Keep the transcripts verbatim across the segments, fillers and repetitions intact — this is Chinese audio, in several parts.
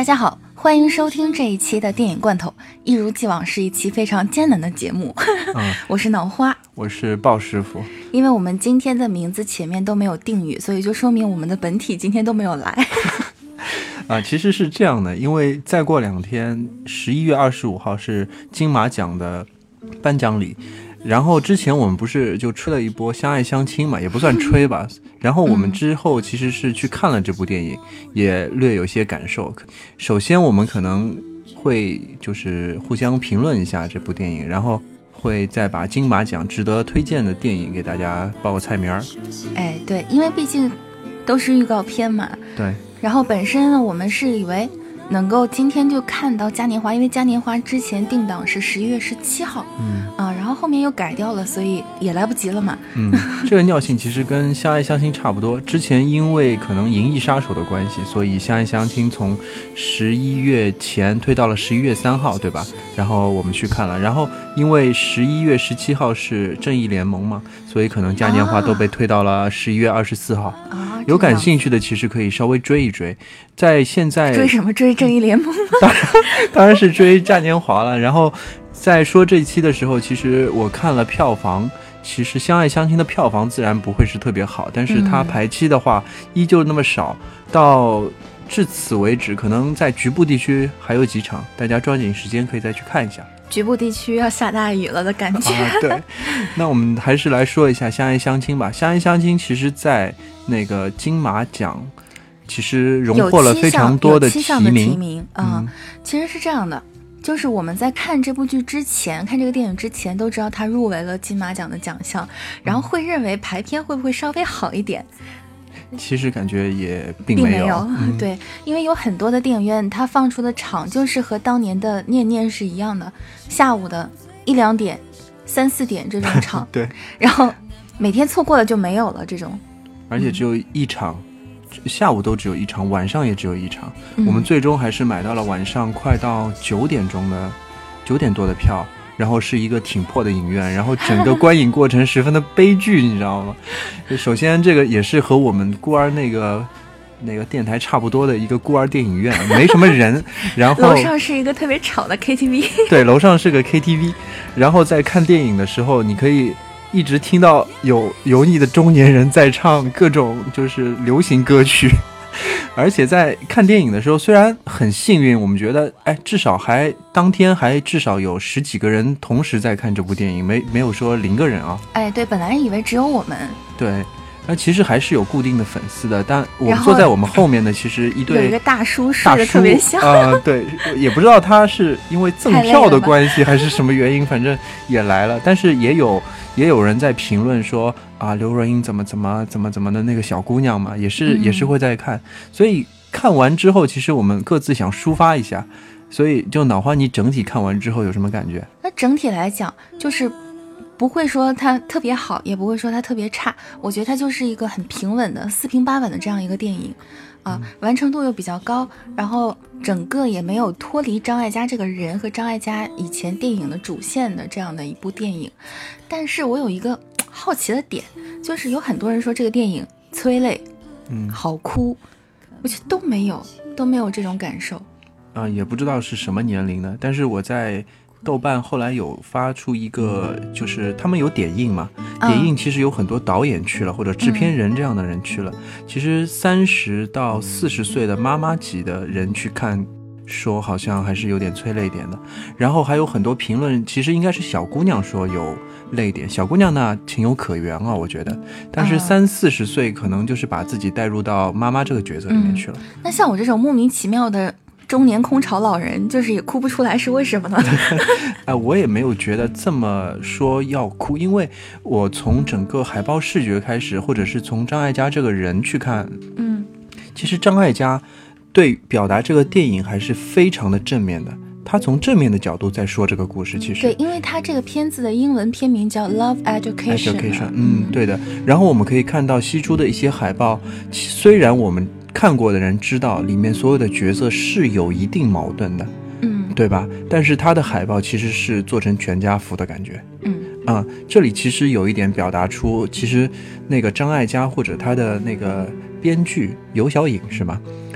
大家好，欢迎收听这一期的电影罐头，一如既往是一期非常艰难的节目。嗯、我是脑花， 我是鲍师傅。 因为我们今天的名字前面都没有定语，所以就说明我们的本体今天都没有来。 啊，其实是这样的，因为再过两天，十一月二十五号是金马奖的颁奖礼。然后之前我们不是就吹了一波相爱相亲嘛，也不算吹吧。然后我们之后其实是去看了这部电影，也略有些感受。首先我们可能会就是互相评论一下这部电影，然后会再把金马奖值得推荐的电影给大家报个菜名儿。 哎，对，因为毕竟都是预告片嘛。 对。 然后本身呢，我们是以为能够今天就看到嘉年华，因为嘉年华之前定档是十一月十七号，嗯啊，然后后面又改掉了，所以也来不及了嘛。 嗯，这个尿性其实跟相爱相亲差不多。之前因为可能《银翼杀手》的关系，所以相爱相亲从十一月前推到了十一月三号，对吧？然后我们去看了，然后因为十一月十七号是正义联盟嘛，所以可能嘉年华都被推到了十一月二十四号。啊有感兴趣的其实可以稍微追一追，在现在追什么？追正义联盟吗？ 当然当然是追嘉年华了。然后在说这一期的时候，其实我看了票房，其实相爱相亲的票房自然不会是特别好，但是它排期的话、嗯、依旧那么少，到至此为止可能在局部地区还有几场，大家抓紧时间可以再去看一下。 局部地区要下大雨了的感觉、 啊、对。那我们还是来说一下相爱相亲吧。相爱相亲其实在那个金马奖其实荣获了非常多的提名。 提名嗯，嗯，其实是这样的，就是我们在看这部剧之前，看这个电影之前都知道它入围了金马奖的奖项，然后会认为排片会不会稍微好一点。 其实感觉也并没有， 并没有、 嗯、 对，因为有很多的电影院它放出的场就是和当年的念念是一样的，下午的一两点三四点这种场对， 然后每天错过了就没有了这种， 而且只有一场、嗯、下午都只有一场，晚上也只有一场、嗯、我们最终还是买到了晚上快到九点钟的九点多的票，然后是一个挺破的影院，然后整个观影过程十分的悲剧你知道吗？首先这个也是和我们孤儿那个那个电台差不多的一个孤儿电影院，没什么人，然后楼上是一个特别吵的 K T V 对，楼上是个 K T V， 然后在看电影的时候你可以一直听到有油腻的中年人在唱各种就是流行歌曲。而且在看电影的时候虽然很幸运，我们觉得哎，至少还当天还至少有十几个人同时在看这部电影，没没有说零个人啊。 哎，对，本来以为只有我们。 对，那其实还是有固定的粉丝的，但我们坐在我们后面的其实一对有一个大叔睡得特别像啊、呃，对，也不知道他是因为赠票的关系还是什么原因，反正也来了。但是也有也有人在评论说啊，刘若英怎么怎么怎么怎么的那个小姑娘嘛，也是、嗯、也是会在看，所以看完之后，其实我们各自想抒发一下。所以就脑花，你整体看完之后有什么感觉？ 那整体来讲就是不会说它特别好，也不会说它特别差，我觉得它就是一个很平稳的四平八稳的这样一个电影啊，完成度又比较高，然后整个也没有脱离张艾嘉这个人和张艾嘉以前电影的主线的这样的一部电影。但是我有一个好奇的点，就是有很多人说这个电影催泪，嗯，好哭，我觉得都没有都没有这种感受啊，也不知道是什么年龄的，但是我在豆瓣后来有发出一个，就是他们有点映嘛，点映其实有很多导演去了、嗯、或者制片人这样的人去了、嗯、其实三十到四十岁的妈妈级的人去看，说好像还是有点催泪点的。然后还有很多评论，其实应该是小姑娘说有泪点，小姑娘呢情有可原啊，我觉得。但是三四十岁可能就是把自己带入到妈妈这个角色里面去了、 嗯、那像我这种莫名其妙的中年空巢老人，就是也哭不出来，是为什么呢？ 哎，我也没有觉得这么说要哭，因为我从整个海报视觉开始，或者是从张艾嘉这个人去看，嗯，其实张艾嘉对表达这个电影还是非常的正面的，他从正面的角度在说这个故事。其实对，因为他这个片子的英文片名叫 Love Education, Education 嗯，对的。然后我们可以看到西出的一些海报，虽然我们看过的人知道里面所有的角色是有一定矛盾的，嗯，对吧？但是他的海报其实是做成全家福的感觉，嗯啊、嗯，这里其实有一点表达出，其实那个张艾嘉或者他的那个编剧尤小颖是吗？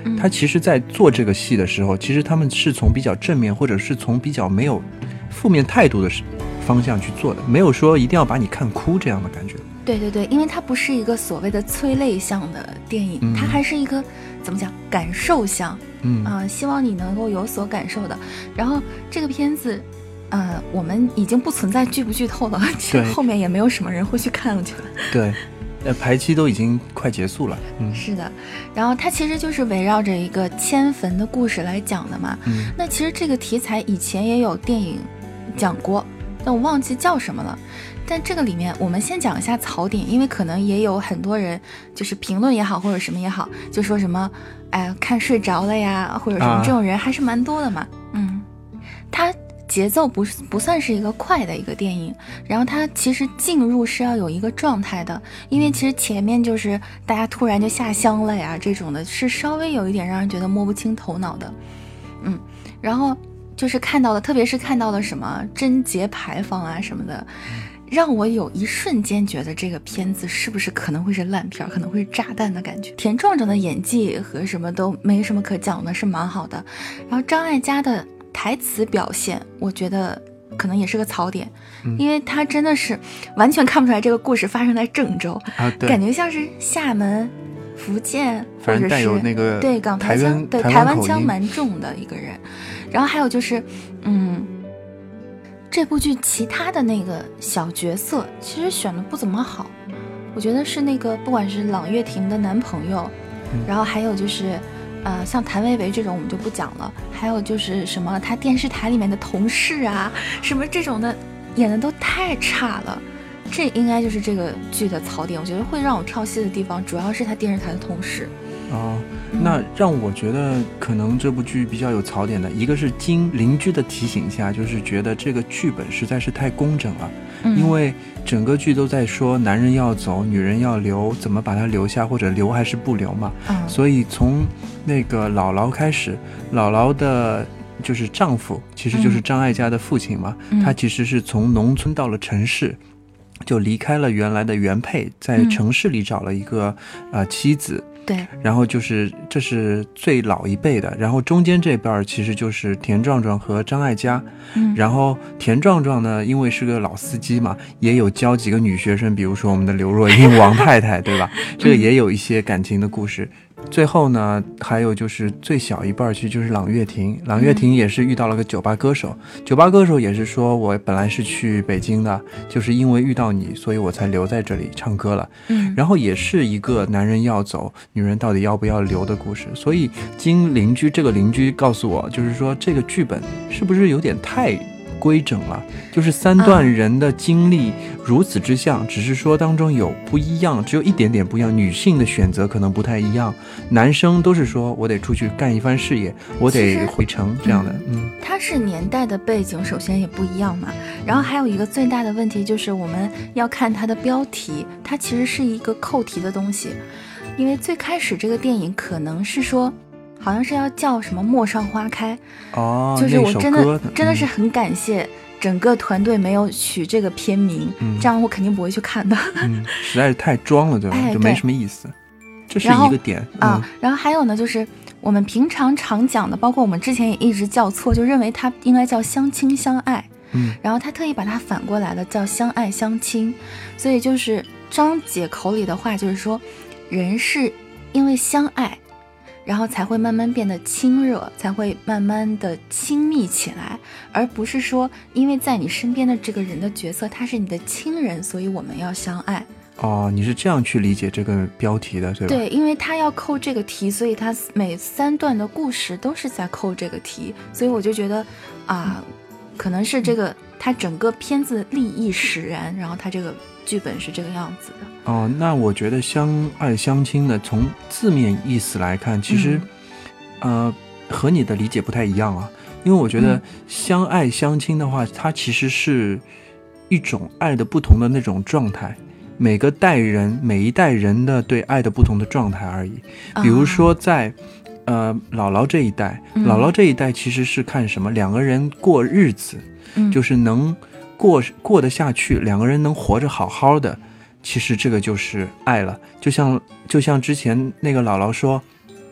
嗯、 他其实在做这个戏的时候，其实他们是从比较正面或者是从比较没有负面态度的方向去做的，没有说一定要把你看哭这样的感觉。 对对对，因为它不是一个所谓的催泪向的电影、嗯、它还是一个怎么讲感受向，嗯啊、呃，希望你能够有所感受的。然后这个片子呃，我们已经不存在剧不剧透了，其实后面也没有什么人会去看了，觉得对，呃，排期都已经快结束了。嗯， 是的。然后它其实就是围绕着一个迁坟的故事来讲的嘛。 嗯， 那其实这个题材以前也有电影讲过，但我忘记叫什么了。但这个里面我们先讲一下槽点，因为可能也有很多人就是评论也好或者什么也好，就说什么哎看睡着了呀，或者什么，这种人还是蛮多的嘛。啊、嗯，它节奏不不算是一个快的一个电影，然后它其实进入是要有一个状态的，因为其实前面就是大家突然就下乡了呀，这种的是稍微有一点让人觉得摸不清头脑的。嗯，然后就是看到的，特别是看到了什么贞节牌坊啊什么的，让我有一瞬间觉得这个片子是不是可能会是烂片，可能会是炸弹的感觉。田壮壮的演技和什么都没什么可讲的，是蛮好的。然后张艾嘉的台词表现，我觉得可能也是个槽点，嗯、因为他真的是完全看不出来这个故事发生在郑州， 啊、 感觉像是厦门、福建， 反正带有那个对港台腔，对台湾腔蛮重的一个人。然后还有就是，嗯。这部剧其他的那个小角色其实选的不怎么好，我觉得是那个不管是朗月婷的男朋友，嗯、然后还有就是呃像谭维维这种我们就不讲了，还有就是什么他电视台里面的同事啊什么这种的演的都太差了，这应该就是这个剧的槽点。我觉得会让我跳戏的地方主要是他电视台的同事。 哦，那让我觉得可能这部剧比较有槽点的一个是经邻居的提醒下，就是觉得这个剧本实在是太工整了，嗯、因为整个剧都在说男人要走女人要留，怎么把他留下或者留还是不留嘛，嗯、所以从那个姥姥开始，姥姥的就是丈夫其实就是张艾嘉的父亲嘛，嗯、他其实是从农村到了城市，就离开了原来的原配，在城市里找了一个、嗯、呃妻子， 对， 然后就是这是最老一辈的，然后中间这边其实就是田壮壮和张艾嘉，嗯，然后田壮壮呢，因为是个老司机嘛，也有教几个女学生，比如说我们的刘若英、王太太，对吧？这个也有一些感情的故事。最后呢，还有就是最小一半其实就是朗月婷，朗月婷也是遇到了个酒吧歌手，嗯、酒吧歌手也是说我本来是去北京的，就是因为遇到你，所以我才留在这里唱歌了。嗯，然后也是一个男人要走，女人到底要不要留的故事。所以经邻居这个邻居告诉我，就是说这个剧本是不是有点太规整了，就是三段人的经历如此之像，嗯、只是说当中有不一样，只有一点点不一样，女性的选择可能不太一样，男生都是说我得出去干一番事业，我得回城这样的。嗯， 它是年代的背景首先也不一样嘛，然后还有一个最大的问题就是我们要看它的标题，它其实是一个扣题的东西，因为最开始这个电影可能是说好像是要叫什么陌上花开， 哦， 就是我真的、 嗯、 真的是很感谢整个团队没有取这个片名，嗯、这样我肯定不会去看的。 嗯，实在是太装了，对吧？ 哎、 就没什么意思。这是一个点啊、 嗯。 然后还有呢，就是我们平常常讲的，包括我们之前也一直叫错，就认为它应该叫相亲相爱，嗯，然后他特意把它反过来了，叫相爱相亲。所以就是张姐口里的话，就是说人是因为相爱，然后才会慢慢变得亲热，才会慢慢的亲密起来，而不是说因为在你身边的这个人的角色他是你的亲人，所以我们要相爱。 哦，你是这样去理解这个标题的，对吧？ 对，因为他要扣这个题，所以他每三段的故事都是在扣这个题，所以我就觉得啊、呃，可能是这个他整个片子立意使然，然后他这个剧本是这个样子的。 哦，那我觉得相爱相亲呢，从字面意思来看，其实、嗯、呃和你的理解不太一样啊。因为我觉得相爱相亲的话、嗯、它其实是一种爱的不同的那种状态，每个代人每一代人的对爱的不同的状态而已。比如说在、啊、呃姥姥这一代、嗯、姥姥这一代其实是看什么，两个人过日子、嗯、就是能过过得下去，两个人能活着好好的，其实这个就是爱了。就像就像之前那个姥姥说，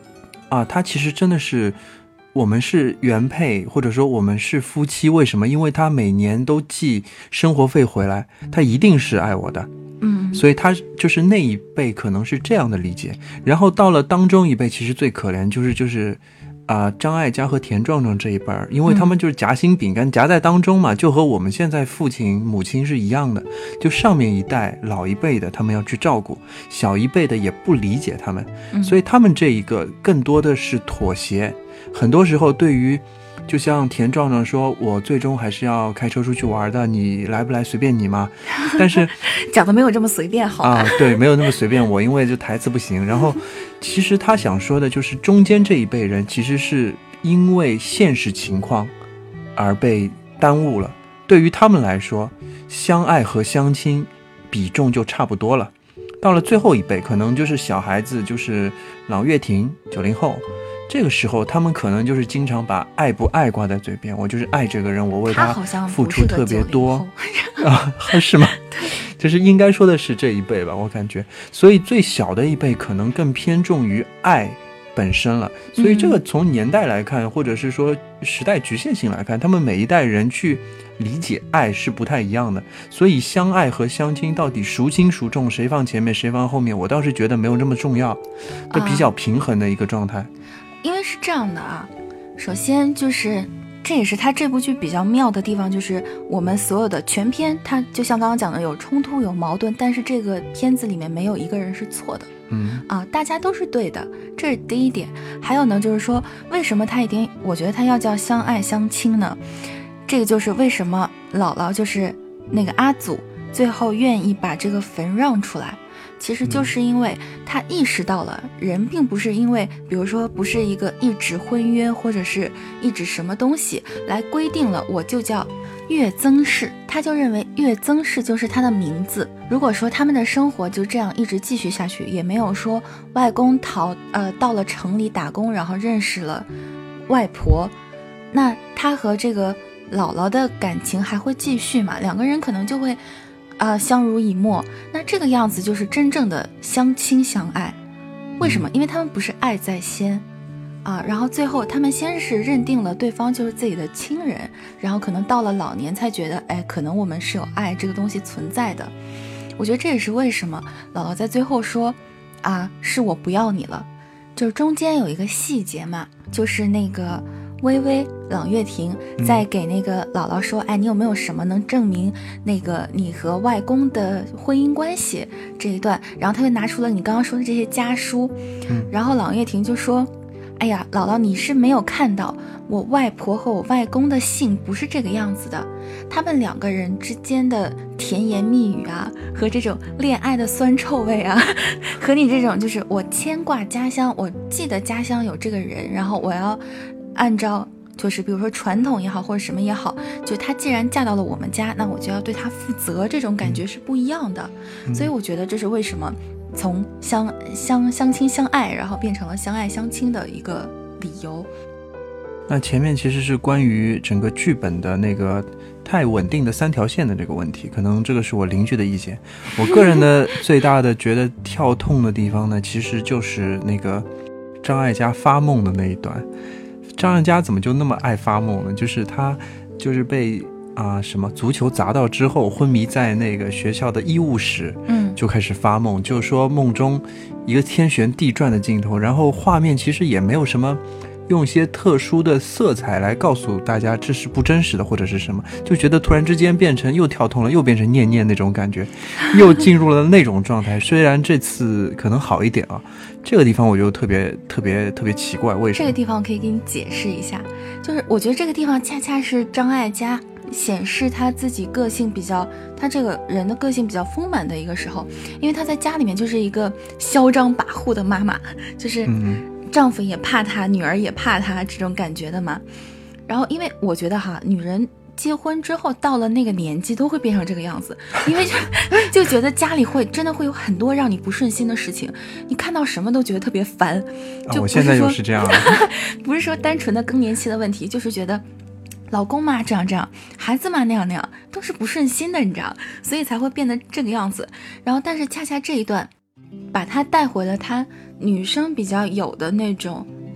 啊，他其实真的是我们是原配，或者说我们是夫妻，为什么？因为他每年都寄生活费回来，他一定是爱我的。 嗯， 所以他就是那一辈可能是这样的理解，然后到了当中一辈，其实最可怜就是就是啊、呃、张艾嘉和田壮壮这一辈儿，因为他们就是夹心饼干夹在当中嘛，就和我们现在父亲母亲是一样的，就上面一代老一辈的他们要去照顾，小一辈的也不理解他们，所以他们这一个更多的是妥协，很多时候对于就像田壮壮说，我最终还是要开车出去玩的，你来不来随便你嘛。但是讲的没有这么随便好吧？ 啊，对，没有那么随便我，因为就台词不行。然后其实他想说的就是中间这一辈人其实是因为现实情况而被耽误了，对于他们来说相爱和相亲比重就差不多了，到了最后一辈可能就是小孩子，就是朗月婷九零后，这个时候他们可能就是经常把爱不爱挂在嘴边，我就是爱这个人，我为他付出特别多啊，是吗？就是应该说的是这一辈吧，我感觉，所以最小的一辈可能更偏重于爱本身了，所以这个从年代来看、嗯、或者是说时代局限性来看，他们每一代人去理解爱是不太一样的，所以相爱和相亲到底孰轻孰重，谁放前面谁放后面，我倒是觉得没有这么重要，就比较平衡的一个状态、啊、 因为是这样的啊，首先就是这也是他这部剧比较妙的地方，就是我们所有的全篇它就像刚刚讲的有冲突有矛盾，但是这个片子里面没有一个人是错的， 嗯啊，大家都是对的，这是第一点。还有呢，就是说为什么他一定，我觉得他要叫相爱相亲呢？这个就是为什么姥姥就是那个阿祖最后愿意把这个坟让出来，其实就是因为他意识到了人并不是因为比如说不是一个一纸婚约或者是一纸什么东西来规定了我就叫岳曾氏，他就认为岳曾氏就是他的名字。如果说他们的生活就这样一直继续下去，也没有说外公逃呃到了城里打工然后认识了外婆，那他和这个姥姥的感情还会继续嘛，两个人可能就会呃相濡以沫，那这个样子就是真正的相亲相爱。为什么？因为他们不是爱在先啊，然后最后他们先是认定了对方就是自己的亲人，然后可能到了老年才觉得，哎，可能我们是有爱这个东西存在的。我觉得这也是为什么姥姥在最后说啊，是我不要你了。就是中间有一个细节嘛，就是那个微微朗月婷在给那个姥姥说、嗯、哎，你有没有什么能证明那个你和外公的婚姻关系这一段，然后他就拿出了你刚刚说的这些家书、嗯、然后朗月婷就说，哎呀，姥姥，你是没有看到我外婆和我外公的姓不是这个样子的，他们两个人之间的甜言蜜语啊，和这种恋爱的酸臭味啊，和你这种就是我牵挂家乡，我记得家乡有这个人，然后我要按照就是比如说传统也好或者什么也好，就她既然嫁到了我们家，那我就要对她负责，这种感觉是不一样的、嗯、所以我觉得这是为什么从相相相亲相爱然后变成了相爱相亲的一个理由。 那前面其实是关于整个剧本的那个太稳定的三条线的这个问题，可能这个是我邻居的意见。我个人的最大的觉得跳痛的地方呢，其实就是那个张艾嘉发梦的那一段。张艾嘉怎么就那么爱发梦呢？就是他就是被啊、呃、什么足球砸到之后昏迷在那个学校的医务室，嗯，就开始发梦，就是说梦中一个天旋地转的镜头，然后画面其实也没有什么用一些特殊的色彩来告诉大家这是不真实的或者是什么，就觉得突然之间变成又跳痛了，又变成念念那种感觉，又进入了那种状态。虽然这次可能好一点啊，这个地方我就特别特别特别奇怪，为什么？ 这个地方我可以给你解释一下，就是我觉得这个地方恰恰是张艾嘉显示他自己个性比较，他这个人的个性比较丰满的一个时候，因为他在家里面就是一个嚣张跋扈的妈妈，就是丈夫也怕她，女儿也怕她这种感觉的嘛。然后因为我觉得哈，女人结婚之后到了那个年纪都会变成这个样子，因为就就觉得家里会真的会有很多让你不顺心的事情，你看到什么都觉得特别烦。就、 啊、我现在就是这样了不是说单纯的更年期的问题，就是觉得老公嘛这样这样，孩子嘛那样那样，都是不顺心的，你知道，所以才会变得这个样子。然后但是恰恰这一段把她带回了她女生比较有的那种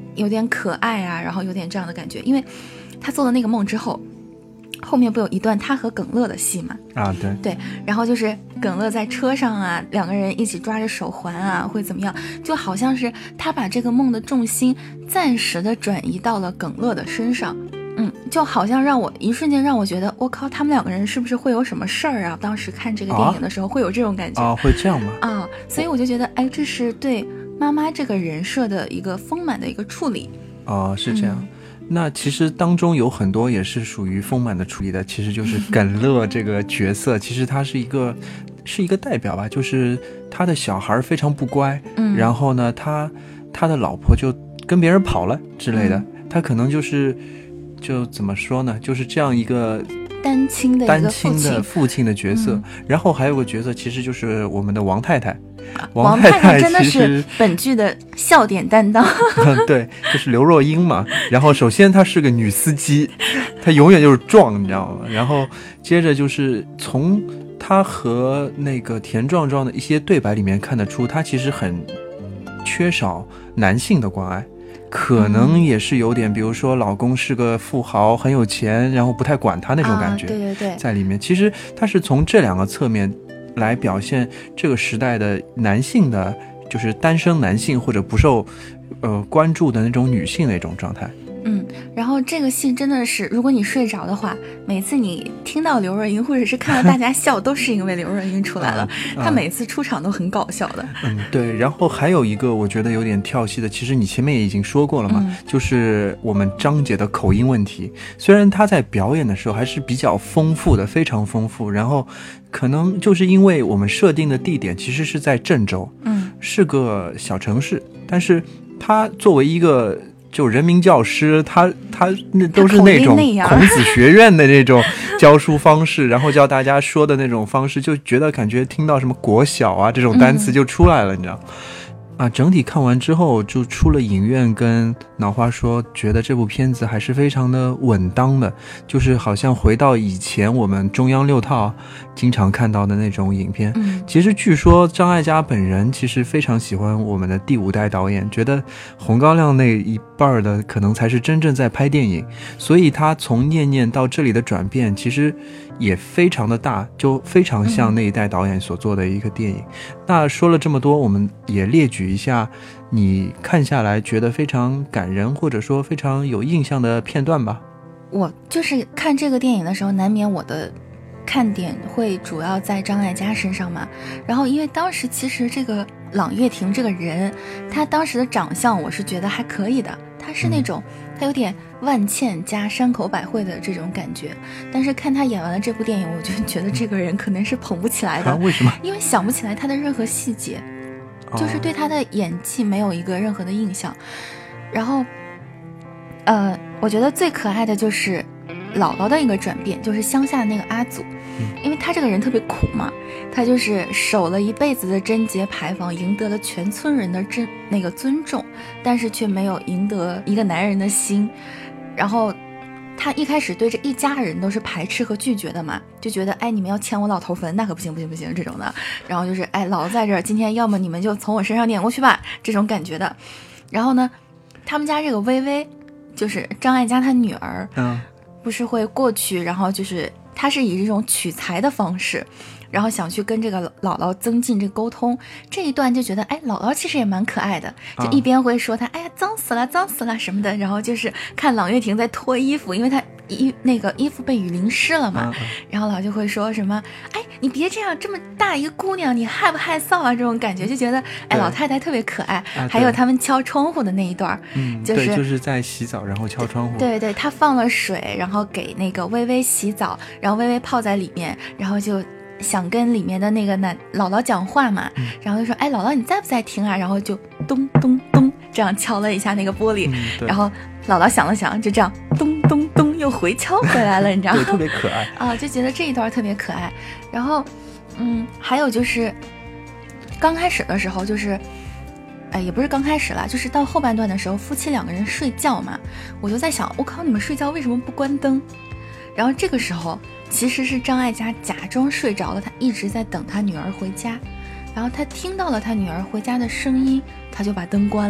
有点可爱啊，然后有点这样的感觉。因为他做了那个梦之后，后面不有一段他和耿乐的戏嘛？ 啊，对对，然后就是耿乐在车上啊，两个人一起抓着手环啊，会怎么样？就好像是他把这个梦的重心暂时的转移到了耿乐的身上。嗯，就好像让我一瞬间让我觉得，我靠，他们两个人是不是会有什么事儿啊？当时看这个电影的时候、啊、会有这种感觉啊，会这样吗？ 啊，所以我就觉得，哎，这是对妈妈这个人设的一个丰满的一个处理。 哦，是这样。嗯，那其实当中有很多也是属于丰满的处理的，其实就是耿乐这个角色，其实他是一个是一个代表吧，就是他的小孩非常不乖，嗯，然后呢，他他的老婆就跟别人跑了之类的，嗯、他可能就是就怎么说呢，就是这样一个单亲的一个单亲的父亲的角色、嗯。然后还有个角色，其实就是我们的王太太。 王太太真的是本剧的笑点担当对，就是刘若英嘛。然后首先她是个女司机，她永远就是壮，你知道吗？然后接着就是从她和那个田壮壮的一些对白里面看得出，她其实很缺少男性的关爱，可能也是有点，比如说老公是个富豪很有钱，然后不太管她那种感觉、 啊、对对对， 在里面其实她是从这两个侧面来表现这个时代的男性的，就是单身男性或者不受呃关注的那种女性的一种状态。 嗯，然后这个戏真的是，如果你睡着的话，每次你听到刘若英或者是看到大家笑，都是因为刘若英出来了。她、啊、每次出场都很搞笑的。 嗯，对。然后还有一个我觉得有点跳戏的，其实你前面也已经说过了嘛，嗯、就是我们张姐的口音问题。虽然她在表演的时候还是比较丰富的，非常丰富。然后可能就是因为我们设定的地点其实是在郑州，嗯，是个小城市，但是她作为一个就人民教师，他他那都是那种孔子学院的那种教书方式，然后教大家说的那种方式，就觉得感觉听到什么国小啊这种单词就出来了，嗯、你知道啊，整体看完之后就出了影院，跟脑花说觉得这部片子还是非常的稳当的，就是好像回到以前我们中央六套经常看到的那种影片。嗯，其实据说张艾嘉本人其实非常喜欢我们的第五代导演，觉得洪高亮那一半的可能才是真正在拍电影，所以他从念念到这里的转变其实也非常的大，就非常像那一代导演所做的一个电影。嗯、那说了这么多，我们也列举一下你看下来觉得非常感人或者说非常有印象的片段吧。 我就是看这个电影的时候，难免我的看点会主要在张艾嘉身上嘛。然后因为当时其实这个朗月婷这个人，他当时的长相我是觉得还可以的，他是那种、嗯、他有点万茜加山口百惠的这种感觉，但是看他演完了这部电影，我就觉得这个人可能是捧不起来的、 啊、为什么？ 因为想不起来他的任何细节，就是对他的演技没有一个任何的印象。然后呃，我觉得最可爱的就是姥姥的一个转变，就是乡下的那个阿祖，因为他这个人特别苦嘛，他就是守了一辈子的贞节牌坊，赢得了全村人的尊那个尊重，但是却没有赢得一个男人的心。然后他一开始对这一家人都是排斥和拒绝的嘛，就觉得哎，你们要牵我老头坟，那可不行不行不行这种的。然后就是哎，老子在这儿，今天要么你们就从我身上撵过去吧，这种感觉的。然后呢，他们家这个薇薇，就是张艾嘉他女儿，嗯，不是会过去，然后就是他是以这种取材的方式，然后想去跟这个姥姥增进这个沟通。这一段就觉得哎，姥姥其实也蛮可爱的，就一边会说他、啊、哎呀脏死了脏死了什么的，然后就是看朗月婷在脱衣服，因为他衣那个衣服被雨淋湿了嘛、啊、然后姥就会说什么哎，你别这样，这么大一个姑娘你害不害臊啊，这种感觉就觉得哎，老太太特别可爱、啊、还有他们敲窗户的那一段， 嗯， 就是对，就是在洗澡然后敲窗户， 对对，他放了水然后给那个薇薇洗澡，然后薇薇泡在里面，然后就想跟里面的那个男姥姥讲话嘛、嗯、然后就说哎，姥姥你在不在听啊，然后就咚咚咚这样敲了一下那个玻璃、嗯、然后姥姥想了想，就这样咚咚咚又回敲回来了，你知道吗？ 对，特别可爱啊，就觉得这一段特别可爱。然后嗯，还有就是刚开始的时候，就是哎，也不是刚开始啦，就是到后半段的时候，夫妻两个人睡觉嘛，我就在想，我靠，你们睡觉为什么不关灯？然后这个时候其实是张艾嘉假装睡着了，他一直在等他女儿回家，然后他听到了他女儿回家的声音，他就把灯关了。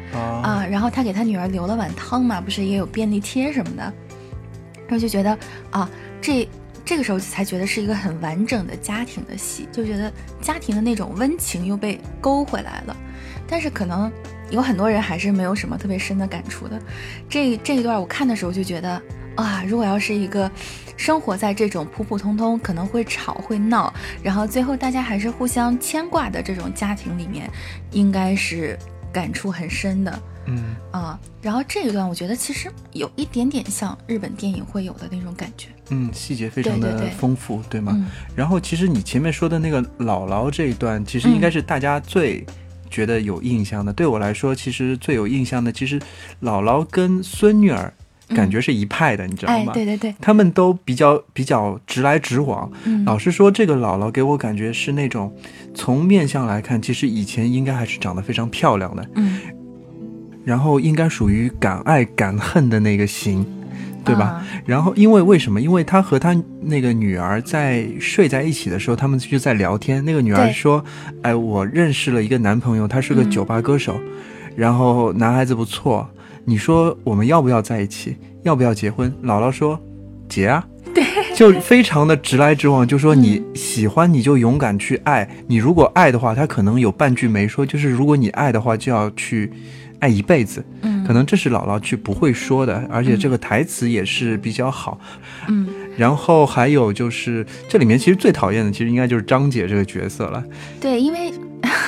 哦、 啊，然后他给他女儿留了碗汤嘛，不是也有便利贴什么的，然后就觉得啊，这这个时候才觉得是一个很完整的家庭的戏，就觉得家庭的那种温情又被勾回来了。但是可能有很多人还是没有什么特别深的感触的。这这一段我看的时候就觉得啊，如果要是一个生活在这种普普通通可能会吵会闹，然后最后大家还是互相牵挂的这种家庭里面，应该是感触很深的。 嗯啊，然后这一段我觉得其实有一点点像日本电影会有的那种感觉。 嗯，细节非常的丰富， 对, 对, 对, 对吗、 嗯、 然后其实你前面说的那个姥姥这一段其实应该是大家最觉得有印象的、嗯、对我来说其实最有印象的，其实姥姥跟孙女儿感觉是一派的、嗯、你知道吗？ 哎，对对对， 他们都比较比较直来直往、 嗯、 老实说这个姥姥给我感觉是那种从面相来看其实以前应该还是长得非常漂亮的， 嗯， 然后应该属于敢爱敢恨的那个型，对吧、啊、然后因为为什么？因为他和他那个女儿在睡在一起的时候，他们就在聊天，那个女儿说，哎，我认识了一个男朋友，他是个酒吧歌手、嗯、然后男孩子不错，你说我们要不要在一起，要不要结婚？姥姥说结啊， 对， 就非常的直来直往，就说你喜欢你就勇敢去爱、嗯、你如果爱的话，他可能有半句没说，就是如果你爱的话就要去爱一辈子， 嗯， 可能这是姥姥去不会说的，而且这个台词也是比较好， 嗯， 然后还有就是这里面其实最讨厌的其实应该就是张姐这个角色了， 对，因为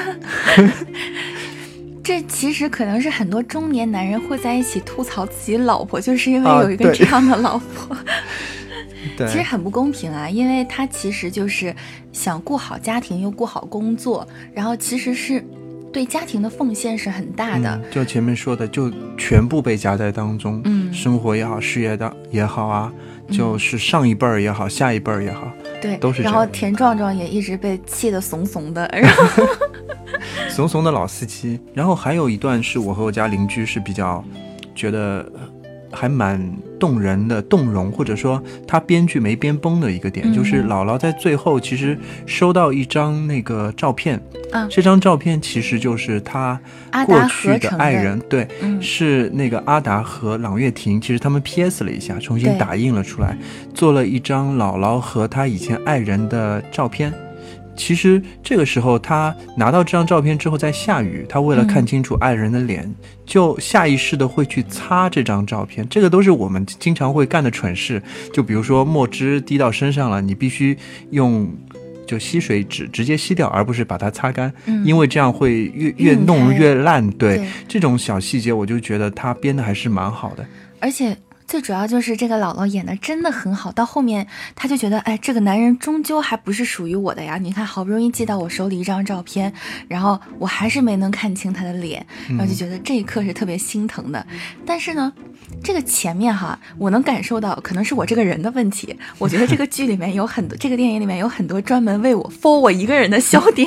这其实可能是很多中年男人会在一起吐槽自己老婆，就是因为有一个这样的老婆、啊、 对， 其实很不公平啊，因为他其实就是想顾好家庭又顾好工作，然后其实是对家庭的奉献是很大的、 嗯、就前面说的就全部被夹在当中， 嗯， 生活也好事业的也好啊、嗯、就是上一辈儿也好下一辈儿也好， 对， 都是这样。 然后田壮壮也一直被气得怂怂的，然后怂怂的老司机。然后还有一段是我和我家邻居是比较觉得还蛮动人的动容，或者说他编剧没编崩的一个点、嗯、就是姥姥在最后其实收到一张那个照片、啊、这张照片其实就是他过去的爱人，对、嗯、是那个阿达和朗月婷，其实他们 P S 了一下，重新打印了出来，做了一张姥姥和他以前爱人的照片。其实这个时候他拿到这张照片之后在下雨，他为了看清楚爱人的脸、嗯、就下意识的会去擦这张照片，这个都是我们经常会干的蠢事，就比如说墨汁滴到身上了，你必须用就吸水纸直接吸掉，而不是把它擦干、嗯、因为这样会越越弄越烂， 对, 对这种小细节我就觉得他编的还是蛮好的。 而且最主要就是这个姥姥演的真的很好，到后面他就觉得哎，这个男人终究还不是属于我的呀，你看好不容易寄到我手里一张照片，然后我还是没能看清他的脸，然后就觉得这一刻是特别心疼的、嗯、但是呢这个前面哈，我能感受到可能是我这个人的问题，我觉得这个剧里面有很多这个电影里面有很多专门为我 for 我一个人的笑点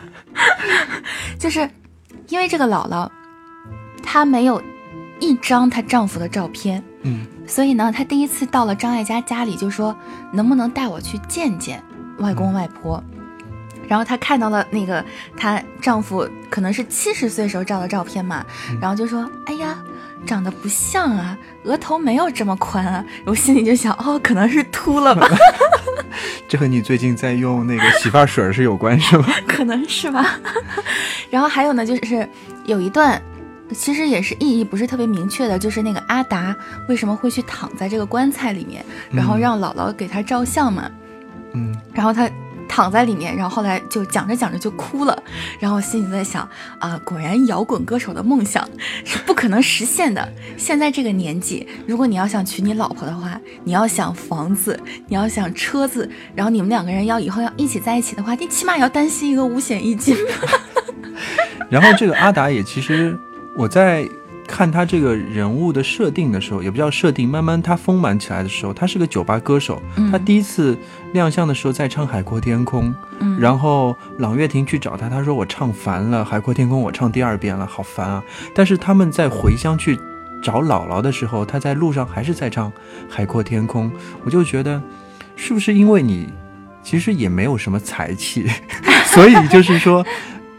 就是因为这个姥姥她没有一张她丈夫的照片， 嗯， 所以呢她第一次到了张艾嘉家里就说能不能带我去见见外公外婆、嗯、然后她看到了那个她丈夫可能是七十岁时候照的照片嘛、嗯、然后就说哎呀长得不像啊，额头没有这么宽啊，我心里就想哦可能是秃了吧这和你最近在用那个洗发水是有关是吗？ 可能是吧然后还有呢就是有一段其实也是意义不是特别明确的，就是那个阿达为什么会去躺在这个棺材里面，然后让姥姥给他照相嘛， 嗯， 然后他躺在里面，然后后来就讲着讲着就哭了，然后我心里在想啊，果然摇滚歌手的梦想是不可能实现的。现在这个年纪，如果你要想娶你老婆的话，你要想房子，你要想车子，然后你们两个人要以后要一起在一起的话，你起码要担心一个五险一金然后这个阿达也其实我在看他这个人物的设定的时候，也不叫设定，慢慢他丰满起来的时候，他是个酒吧歌手、嗯、他第一次亮相的时候在唱海阔天空、嗯、然后朗月婷去找他，他说我唱烦了海阔天空，我唱第二遍了，好烦啊。但是他们在回乡去找姥姥的时候，他在路上还是在唱海阔天空，我就觉得是不是因为你其实也没有什么才气所以就是说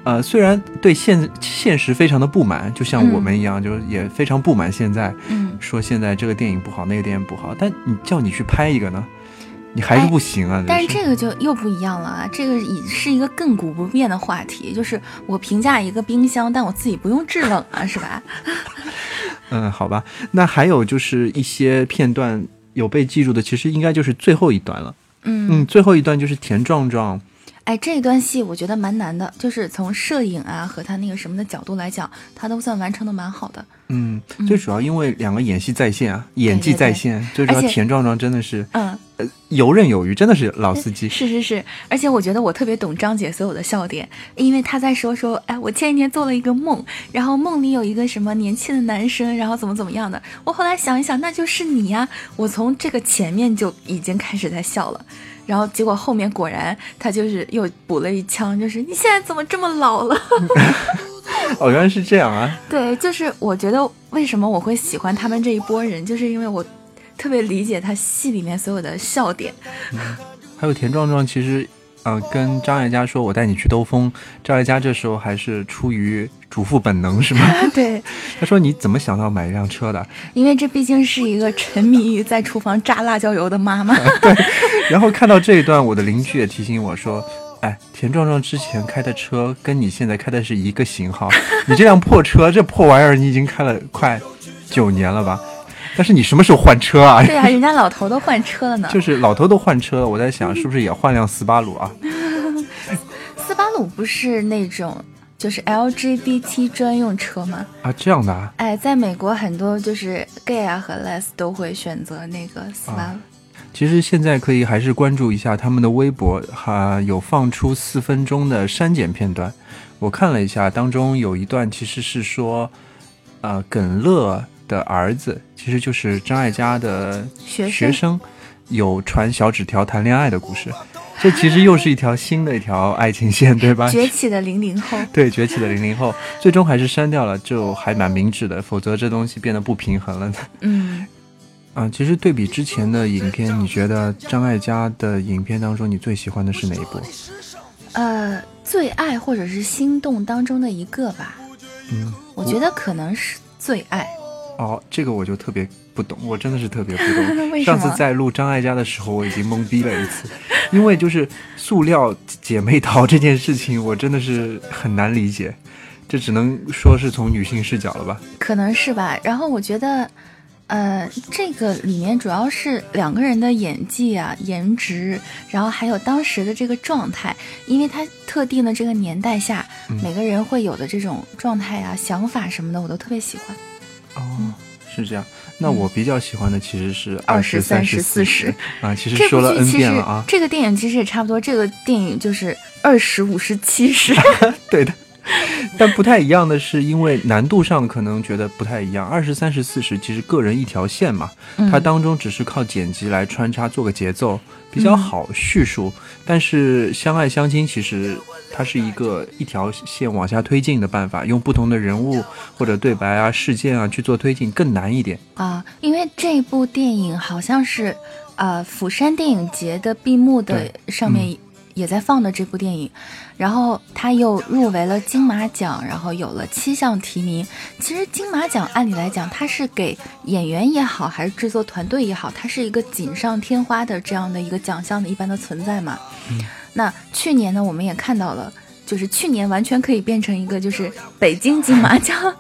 呃，虽然对现现实非常的不满，就像我们一样， 嗯、 就也非常不满现在， 嗯， 说现在这个电影不好，那个电影不好，但你叫你去拍一个呢，你还是不行啊。 但是这个就又不一样了啊，这个已是一个亘古不变的话题，就是我评价一个冰箱，但我自己不用制冷啊，是吧？ 嗯，好吧。那还有就是一些片段有被记住的，其实应该就是最后一段了。 嗯嗯，最后一段就是田壮壮。 哎，这一段戏我觉得蛮难的，就是从摄影啊和他那个什么的角度来讲，他都算完成的蛮好的。 嗯，最主要因为两个演戏在线啊，嗯、演技在线， 对对对， 最主要田壮壮真的是， 嗯， 呃，游刃有余，真的是老司机。 是是是，而且我觉得我特别懂张姐所有的笑点，因为她在说说，哎，我前几天做了一个梦，然后梦里有一个什么年轻的男生，然后怎么怎么样的。我后来想一想，那就是你呀！我从这个前面就已经开始在笑了。然后结果后面果然他就是又补了一枪，就是你现在怎么这么老了？ 哦，原来是这样啊！ 对，就是我觉得为什么我会喜欢他们这一波人，就是因为我特别理解他戏里面所有的笑点。 嗯、还有田壮壮，其实呃跟张艾嘉说我带你去兜风，张艾嘉这时候还是出于主妇本能是吗？ 对， 他说你怎么想到买一辆车的？ 因为这毕竟是一个沉迷于在厨房榨辣椒油的妈妈。 对，然后看到这一段，我的邻居也提醒我说，哎，田壮壮之前开的车跟你现在开的是一个型号，你这辆破车，这破玩意儿你已经开了快九年了吧？但是你什么时候换车啊？ 对啊，人家老头都换车了呢。 就是老头都换车了，我在想是不是也换辆斯巴鲁啊？ 斯巴鲁不是那种就是 L G B T 专用车吗？ 啊，这样的啊？ 哎，在美国很多就是 gay 啊和 les 都会选择那个斯巴鲁。啊， 其实现在可以还是关注一下他们的微博，哈、啊，有放出四分钟的删减片段。我看了一下，当中有一段其实是说，呃，耿乐的儿子其实就是张艾嘉的学生，学生有传小纸条谈恋爱的故事。这其实又是一条新的一条爱情线，对吧？ 崛起的零零后， 对，崛起的零零后，最终还是删掉了，就还蛮明智的，否则这东西变得不平衡了。 嗯。 啊，其实对比之前的影片，你觉得张艾嘉的影片当中，你最喜欢的是哪一部？ 呃，最爱或者是心动当中的一个吧。 嗯， 我觉得可能是最爱。 哦，这个我就特别不懂，我真的是特别不懂。 为什么？ 上次在录张艾嘉的时候，我已经懵逼了一次，因为就是塑料姐妹淘这件事情，我真的是很难理解，这只能说是从女性视角了吧？ 可能是吧。然后我觉得。呃，这个里面主要是两个人的演技啊、颜值，然后还有当时的这个状态，因为他特定的这个年代下，嗯、每个人会有的这种状态啊、想法什么的，我都特别喜欢。 哦，嗯、是这样。那我比较喜欢的其实是二十三十四十啊，其实说了 N 遍了啊。 这个电影其实也差不多，这个电影就是二十五十七十， 对的。但不太一样的是，因为难度上可能觉得不太一样。二十三十四十其实个人一条线嘛， 嗯、 它当中只是靠剪辑来穿插做个节奏，比较好叙述。嗯、但是相爱相亲其实它是一个一条线往下推进的办法，用不同的人物或者对白啊、事件啊去做推进更难一点啊。因为这部电影好像是呃釜山电影节的闭幕的上面。也在放的这部电影，然后他又入围了金马奖，然后有了七项提名。其实金马奖按理来讲，它是给演员也好，还是制作团队也好，它是一个锦上添花的这样的一个奖项的一般的存在嘛。 嗯、 那去年呢，我们也看到了，就是去年完全可以变成一个就是北京金马奖，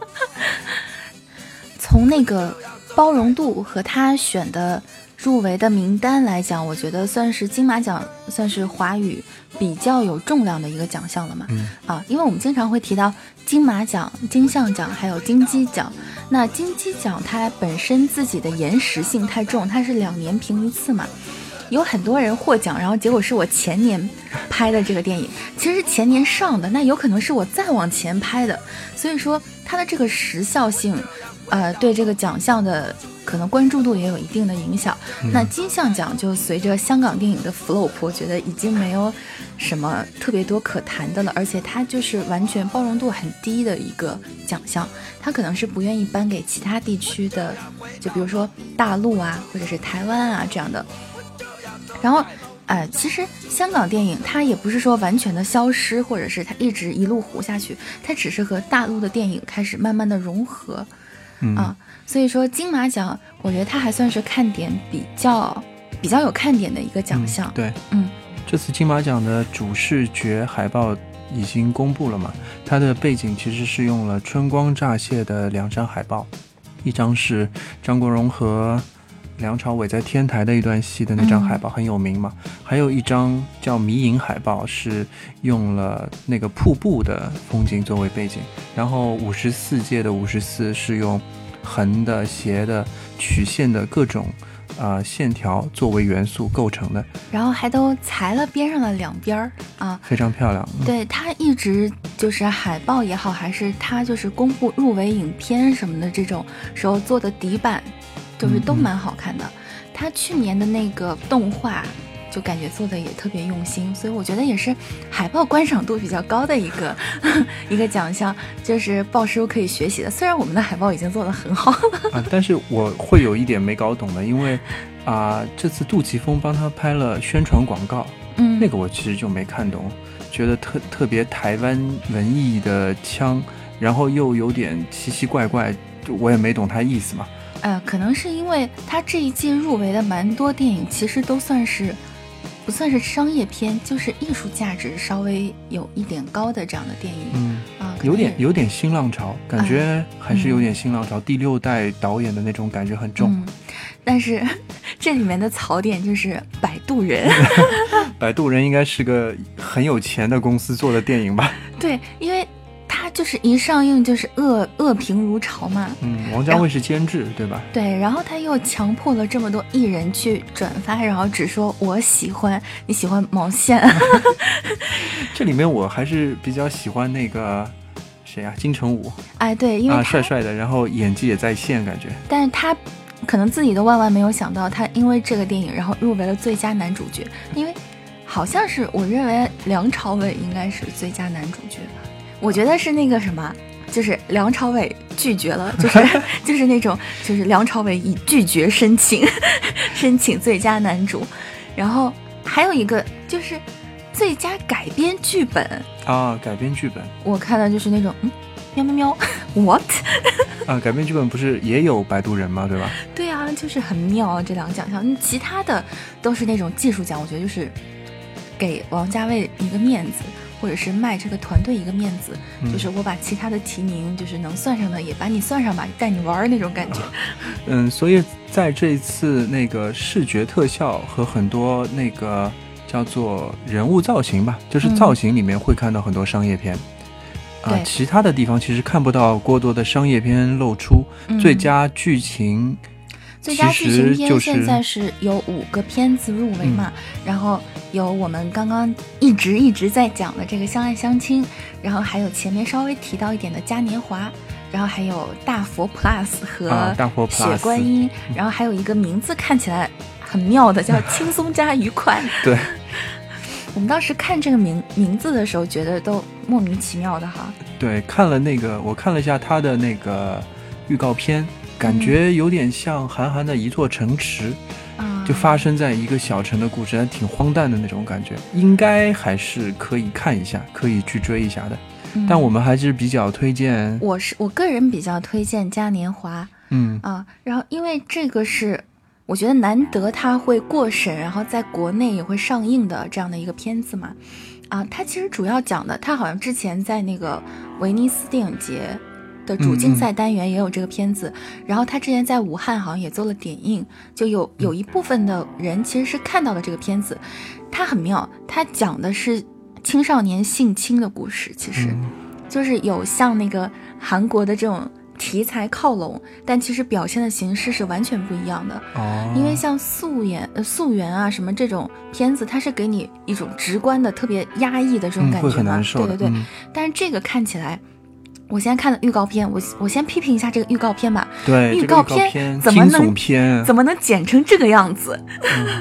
从那个包容度和他选的。入围的名单来讲，我觉得算是金马奖算是华语比较有重量的一个奖项了嘛。 嗯、 啊，因为我们经常会提到金马奖、金像奖还有金鸡奖。那金鸡奖它本身自己的延时性太重，它是两年评一次嘛。有很多人获奖，然后结果是我前年拍的这个电影，其实是前年上的，那有可能是我再往前拍的，所以说它的这个时效性，呃，对这个奖项的可能关注度也有一定的影响。 嗯、 那金像奖就随着香港电影的 flop， 我觉得已经没有什么特别多可谈的了，而且它就是完全包容度很低的一个奖项，它可能是不愿意颁给其他地区的，就比如说大陆啊，或者是台湾啊这样的。然后呃，其实香港电影它也不是说完全的消失，或者是它一直一路活下去，它只是和大陆的电影开始慢慢的融合， 嗯啊，所以说金马奖，我觉得它还算是看点比较比较有看点的一个奖项。 嗯、对， 嗯， 这次金马奖的主视觉海报已经公布了嘛，它的背景其实是用了春光乍泄的两张海报，一张是张国荣和梁朝伟在天台的一段戏的那张海报，很有名嘛、嗯、还有一张叫迷影海报，是用了那个瀑布的风景作为背景，然后五十四届的五十四是用横的斜的曲线的各种呃线条作为元素构成的， 然后还都裁了边上的两边啊， 非常漂亮、嗯、 对，它一直就是海报也好，还是它就是公布入围影片什么的这种时候做的底板，就是都蛮好看的。他去年的那个动画就感觉做的也特别用心，所以我觉得也是海报观赏度比较高的一个一个奖项，就是鲍师傅可以学习的。虽然我们的海报已经做得很好了啊，但是我会有一点没搞懂的，因为啊、呃，这次杜琪峰帮他拍了宣传广告， 嗯， 那个我其实就没看懂，觉得特特别台湾文艺的腔，然后又有点奇奇怪怪，我也没懂他意思嘛。 呃，可能是因为他这一季入围的蛮多电影，其实都算是不算是商业片，就是艺术价值稍微有一点高的这样的电影。 嗯啊， 有点有点新浪潮，感觉还是有点新浪潮、 嗯、 第六代导演的那种感觉很重。 嗯、但是这里面的槽点就是摆渡人。 摆渡人应该是个很有钱的公司做的电影吧？ 对，因为他就是一上映就是恶恶评如潮嘛。 嗯，王家卫是监制对吧？ 对，然后他又强迫了这么多艺人去转发，然后只说我喜欢，你喜欢毛线。 这里面我还是比较喜欢那个谁啊，金城武。 哎，对，因为啊帅帅的，然后演技也在线感觉。 但是他可能自己都万万没有想到，他因为这个电影然后入围了最佳男主角，因为好像是我认为梁朝伟应该是最佳男主角吧。我觉得是那个什么，就是梁朝伟拒绝了，就是就是那种就是梁朝伟以拒绝申请申请最佳男主，然后还有一个就是最佳改编剧本啊，改编剧本， 我看的就是那种嗯喵喵喵 what 啊，改编剧本不是也有摆渡人吗？对吧？ 对啊，就是很妙啊这两个奖项，其他的都是那种技术奖，我觉得就是给王家卫一个面子。或者是卖这个团队一个面子、嗯、就是我把其他的提名就是能算上的也把你算上吧，带你玩那种感觉。 嗯，所以在这一次那个视觉特效和很多那个叫做人物造型吧，就是造型里面会看到很多商业片、嗯、啊，其他的地方其实看不到过多的商业片露出、嗯、最佳剧情最佳剧情片现在是有五个片子入围嘛、嗯、然后有我们刚刚一直一直在讲的这个相爱相亲，然后还有前面稍微提到一点的嘉年华，然后还有大佛 plus 和雪观音、啊、然后还有一个名字看起来很妙的叫轻松加愉快。 对， 我们当时看这个名名字的时候觉得都莫名其妙的哈。 对，看了那个我看了一下他的那个预告片，感觉有点像韩寒的一座城池、嗯、就发生在一个小城的故事，还挺荒诞的那种感觉，应该还是可以看一下，可以去追一下的、嗯、但我们还是比较推荐， 我是我个人比较推荐嘉年华。 嗯啊，然后因为这个是我觉得难得它会过审，然后在国内也会上映的这样的一个片子嘛。啊，它其实主要讲的，它好像之前在那个威尼斯电影节的主竞赛单元也有这个片子、嗯、然后他之前在武汉好像也做了点映，就有有一部分的人其实是看到了这个片子，它很妙，它讲的是青少年性侵的故事，其实、嗯、就是有像那个韩国的这种题材靠拢，但其实表现的形式是完全不一样的、 哦、 因为像素颜呃素媛啊什么这种片子，它是给你一种直观的特别压抑的这种感觉嘛、嗯、 会很难受的， 对对对、 嗯、 但是这个看起来，我先看了预告片，我我先批评一下这个预告片吧。 对， 预告片怎么能、 这个、片怎么能剪成这个样子？ 嗯、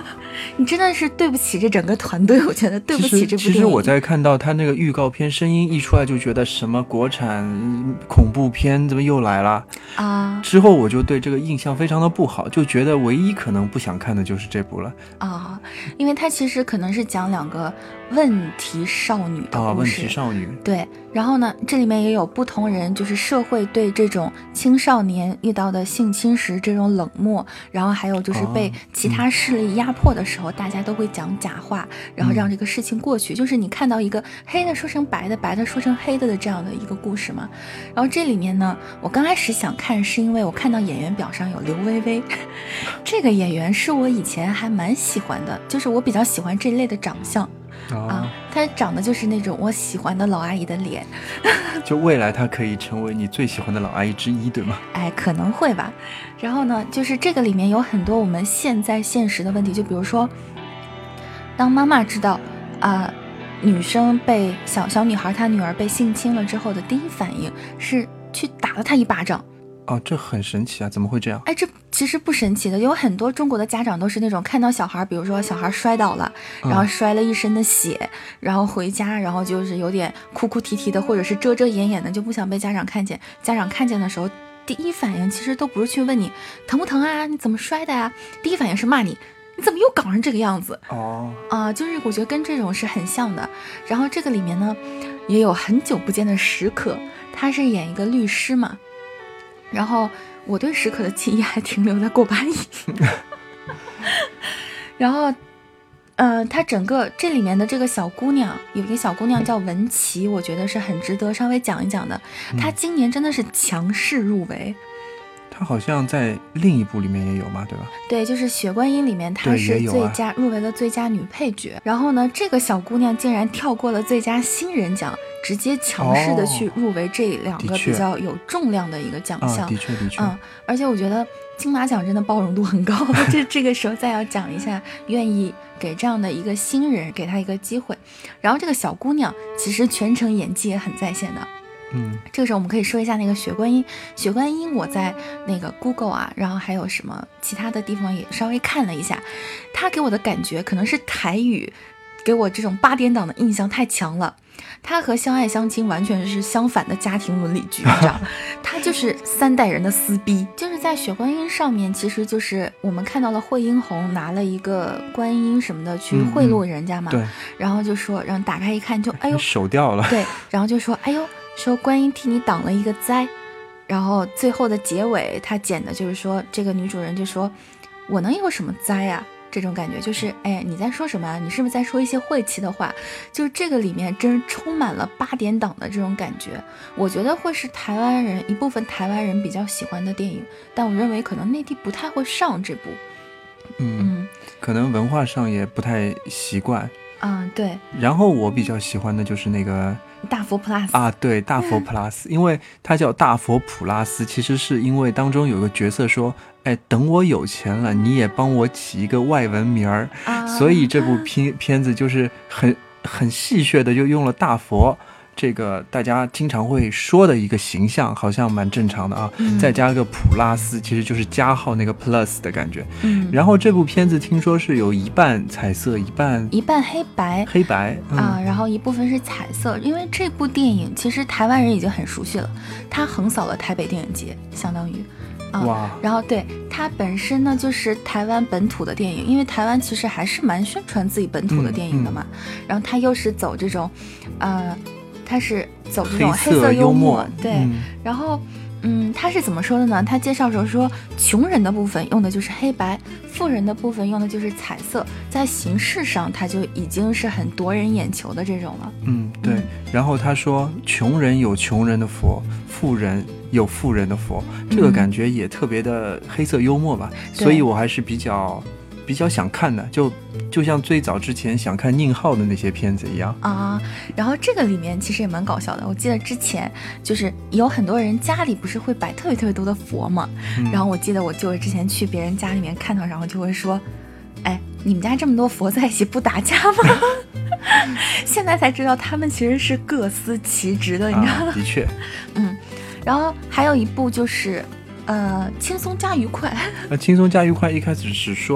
你真的是对不起这整个团队，我觉得对不起这部电影。 其实我在看到他那个预告片声音一出来就觉得什么国产恐怖片怎么又来了啊？ 之后我就对这个印象非常的不好，就觉得唯一可能不想看的就是这部了啊，因为它其实可能是讲两个问题少女的故事。 啊，问题少女。 对，然后呢，这里面也有不同人，就是社会对这种青少年遇到的性侵蚀这种冷漠，然后还有就是被其他势力压迫的时候，哦嗯、大家都会讲假话，然后让这个事情过去。嗯、就是你看到一个黑的说成白的，白的说成黑的的这样的一个故事嘛。然后这里面呢，我刚开始想看是因为我看到演员表上有刘薇薇，这个演员是我以前还蛮喜欢的，就是我比较喜欢这类的长相。 哦、 啊，她长得就是那种我喜欢的老阿姨的脸， 就未来她可以成为你最喜欢的老阿姨之一，对吗？ 哎，可能会吧。然后呢，就是这个里面有很多我们现在现实的问题，就比如说，当妈妈知道啊、呃，女生被小小女孩她女儿被性侵了之后的第一反应是去打了她一巴掌。 哦，这很神奇啊！怎么会这样？ 哎，这其实不神奇的，有很多中国的家长都是那种看到小孩，比如说小孩摔倒了，然后摔了一身的血，嗯、然后回家，然后就是有点哭哭啼啼的，或者是遮遮掩掩的，就不想被家长看见。家长看见的时候，第一反应其实都不是去问你疼不疼啊，你怎么摔的啊，第一反应是骂你，你怎么又搞成这个样子？ 哦， 啊、呃，就是我觉得跟这种是很像的。然后这个里面呢，也有很久不见的史可，他是演一个律师嘛。然后我对史可的记忆还停留在过把瘾然后呃，她整个这里面的这个小姑娘，有一个小姑娘叫文琪，我觉得是很值得稍微讲一讲的。她今年真的是强势入围， 她好像在另一部里面也有嘛，对吧？ 对，就是《血观音》里面她是最佳、啊、入围了最佳女配角。然后呢，这个小姑娘竟然跳过了最佳新人奖，直接强势的去入围这两个比较有重量的一个奖项。 哦、的确的确， 嗯，而且我觉得金马奖真的包容度很高，这这个时候再要讲一下，愿意给这样的一个新人给他一个机会。然后这个小姑娘其实全程演技也很在线的。 嗯， 这个时候我们可以说一下那个血观音。血观音我在那个 Google 啊，然后还有什么其他的地方也稍微看了一下，他给我的感觉可能是台语给我这种八点档的印象太强了。他和相爱相亲完全是相反的家庭伦理剧，你知道，他就是三代人的撕逼。就是在血观音上面，其实就是我们看到了惠英红拿了一个观音什么的去贿赂人家嘛， 嗯嗯、对， 然后就说，然后打开一看就哎呦手掉了， 对，然后就说哎呦，说观音替你挡了一个灾。然后最后的结尾他剪的就是说，这个女主人就说，我能有什么灾啊，这种感觉就是，哎，你在说什么啊？你是不是在说一些晦气的话？就是这个里面真充满了八点档的这种感觉。我觉得会是台湾人一部分台湾人比较喜欢的电影，但我认为可能内地不太会上这部。 嗯，嗯可能文化上也不太习惯。 嗯，对。 然后我比较喜欢的就是那个大佛普拉斯啊，对，大佛普拉斯，因为它叫大佛普拉斯，其实是因为当中有个角色说，哎，等我有钱了，你也帮我起一个外文名儿，啊、所以这部片片子就是很很戏谑的就用了大佛这个大家经常会说的一个形象，好像蛮正常的啊、嗯、再加个普拉斯，其实就是加号那个 plus 的感觉。 嗯， 然后这部片子听说是有一半彩色一半一半黑白黑白、嗯、 啊，然后一部分是彩色。因为这部电影其实台湾人已经很熟悉了，它横扫了台北电影节，相当于啊、 哇， 然后对它本身呢就是台湾本土的电影，因为台湾其实还是蛮宣传自己本土的电影的嘛、嗯嗯、然后它又是走这种呃他是走这种黑色幽默，对、嗯，然后，嗯，他是怎么说的呢？他介绍时候说，穷人的部分用的就是黑白，富人的部分用的就是彩色，在形式上他就已经是很夺人眼球的这种了。 嗯，对。嗯、然后他说，穷人有穷人的佛，富人有富人的佛，这个感觉也特别的黑色幽默吧，嗯、所以我还是比较。比较想看的，就就像最早之前想看宁浩的那些片子一样啊。然后这个里面其实也蛮搞笑的，我记得之前就是有很多人家里不是会摆特别特别多的佛嘛、嗯、然后我记得我舅之前去别人家里面看到，然后就会说，哎，你们家这么多佛在一起不打架吗？现在才知道他们其实是各司其职的，你知道吗、 啊、的确。 嗯，然后还有一部就是呃，轻松加愉快。 呃，轻松加愉快一开始是说了，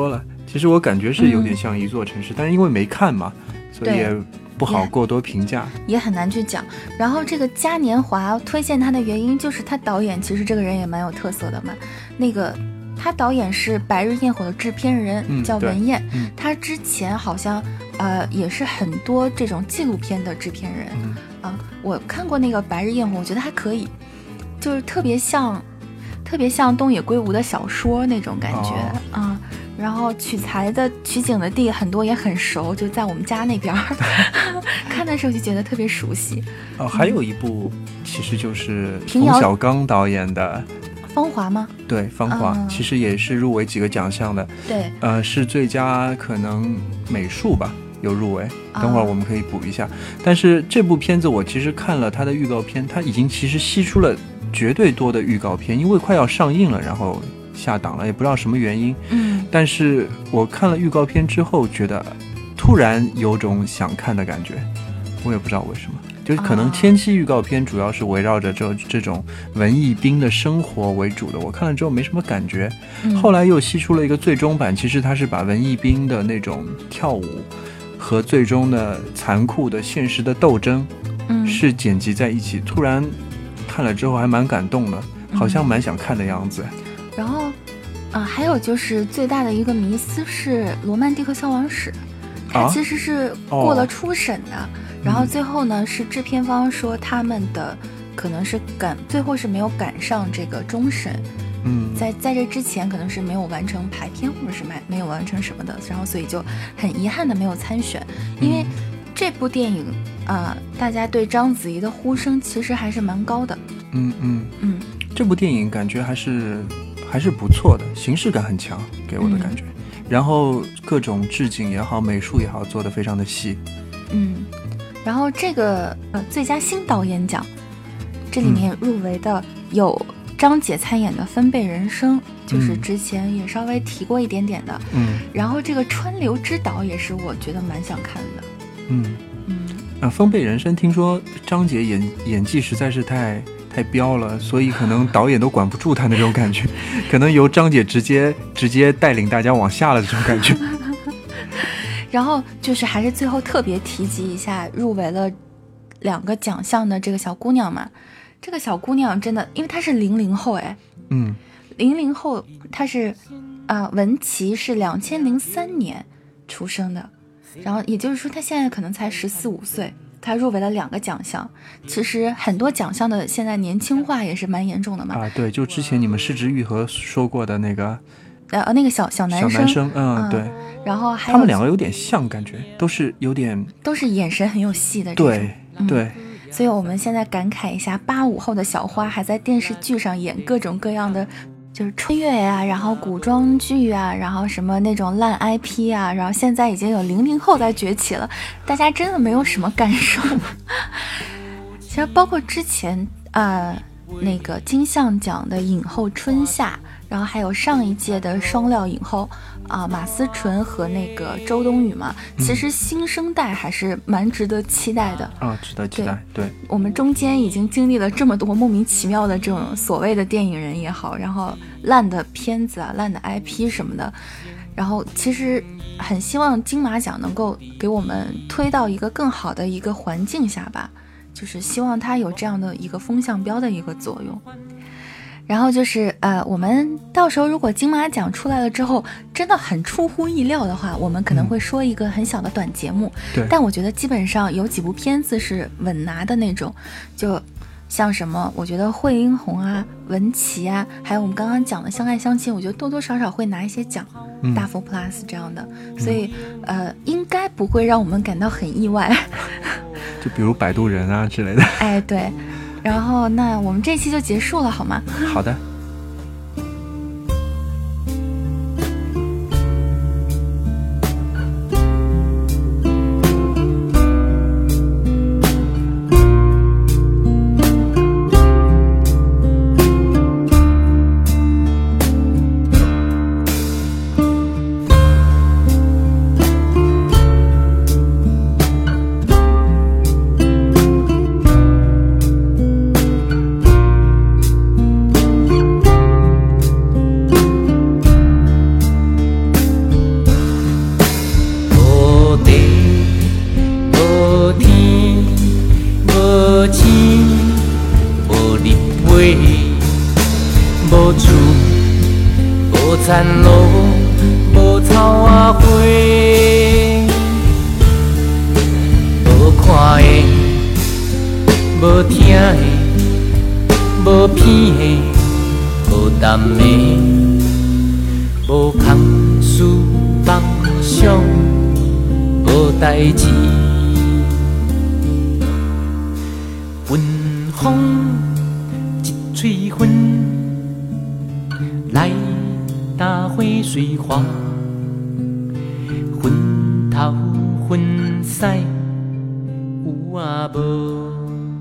其实我感觉是有点像一座城市，嗯、但是因为没看嘛，所以也不好过多评价， 也, 也很难去讲。然后这个嘉年华推荐他的原因就是他导演其实这个人也蛮有特色的嘛，那个他导演是《白日焰火》的制片人、嗯、叫文彦、嗯、他之前好像呃也是很多这种纪录片的制片人、嗯、啊，我看过那个《白日焰火》，我觉得还可以，就是特别像特别像东野圭吾的小说那种感觉、哦、啊。然后取材的取景的地很多也很熟，就在我们家那边看的时候就觉得特别熟悉。 哦，还有一部、嗯、其实就是冯小刚导演的芳华吗？ 对，芳华、嗯、其实也是入围几个奖项的。 对， 呃，是最佳可能美术吧，有入围，等会儿我们可以补一下、嗯、但是这部片子我其实看了它的预告片，它已经其实吸出了绝对多的预告片，因为快要上映了，然后下档了，也不知道什么原因。 嗯， 但是我看了预告片之后，觉得突然有种想看的感觉，我也不知道为什么。就是可能前期预告片主要是围绕着这这种文艺兵的生活为主的，我看了之后没什么感觉。 嗯、 后来又吸出了一个最终版，其实它是把文艺兵的那种跳舞和最终的残酷的现实的斗争， 嗯， 是剪辑在一起。突然看了之后还蛮感动的，好像蛮想看的样子。 嗯、然后。啊，还有就是最大的一个迷思是《罗曼蒂克消亡史》，它其实是过了初审的、啊哦、然后最后呢、嗯、是制片方说他们的可能是赶最后是没有赶上这个终审， 嗯， 在在这之前可能是没有完成排片或者是没没有完成什么的，然后所以就很遗憾的没有参选。因为这部电影啊、呃，大家对章子怡的呼声其实还是蛮高的。 嗯嗯嗯， 这部电影感觉还是还是不错的，形式感很强，给我的感觉、嗯、然后各种置景也好，美术也好，做得非常的细。 嗯，然后这个呃最佳新导演奖，这里面入围的有张姐参演的《分贝人生》，就是之前也稍微提过一点点的。 嗯， 然后这个川流之岛也是我觉得蛮想看的。 嗯嗯， 啊，《分贝人生》听说张姐演演技实在是太太飙了，所以可能导演都管不住他那种感觉，可能由张姐直接直接带领大家往下了这种感觉。 然后就是还是最后特别提及一下入围了两个奖项的这个小姑娘嘛，这个小姑娘真的，因为她是零零后哎， 嗯， 零零后她是啊、呃，文琪是两千零三年出生的，然后也就是说她现在可能才十四五岁。他入围了两个奖项，其实很多奖项的现在年轻化也是蛮严重的嘛。 啊，对，就之前你们失之愈合说过的那个， 呃，那个小小男生， 小男生，嗯，嗯对。 然后还有他们两个有点像，感觉都是有点， 都是眼神很有戏的这种。 对、嗯、对。 所以我们现在感慨一下，八五后的小花还在电视剧上演各种各样的。就是春月呀、啊，然后古装剧啊，然后什么那种烂 I P 啊，然后现在已经有零零后在崛起了，大家真的没有什么感受。其实包括之前啊、呃、那个金像奖的影后春夏，然后还有上一届的双料影后啊、呃、马思纯和那个周冬雨嘛，其实新生代还是蛮值得期待的啊、嗯，值得期待。对， 对我们中间已经经历了这么多莫名其妙的这种所谓的电影人也好，然后烂的片子啊、烂的 I P 什么的，然后其实很希望金马奖能够给我们推到一个更好的一个环境下吧，就是希望它有这样的一个风向标的一个作用。然后就是呃，我们到时候如果金马奖出来了之后真的很出乎意料的话，我们可能会说一个很小的短节目、 嗯、对， 但我觉得基本上有几部片子是稳拿的那种，就像什么我觉得惠英红啊、文琪啊，还有我们刚刚讲的相爱相亲，我觉得多多少少会拿一些奖、嗯、大福 plus 这样的，所以、嗯、呃，应该不会让我们感到很意外。 就比如摆渡人啊之类的。 哎，对。然后那我们这期就结束了好吗？ 好的。 田路，无草仔花，无看的，无听的，无片的，无淡的，无空思梦想，无代志。春风一吹风，来打花水花，昏头昏腮有啊无。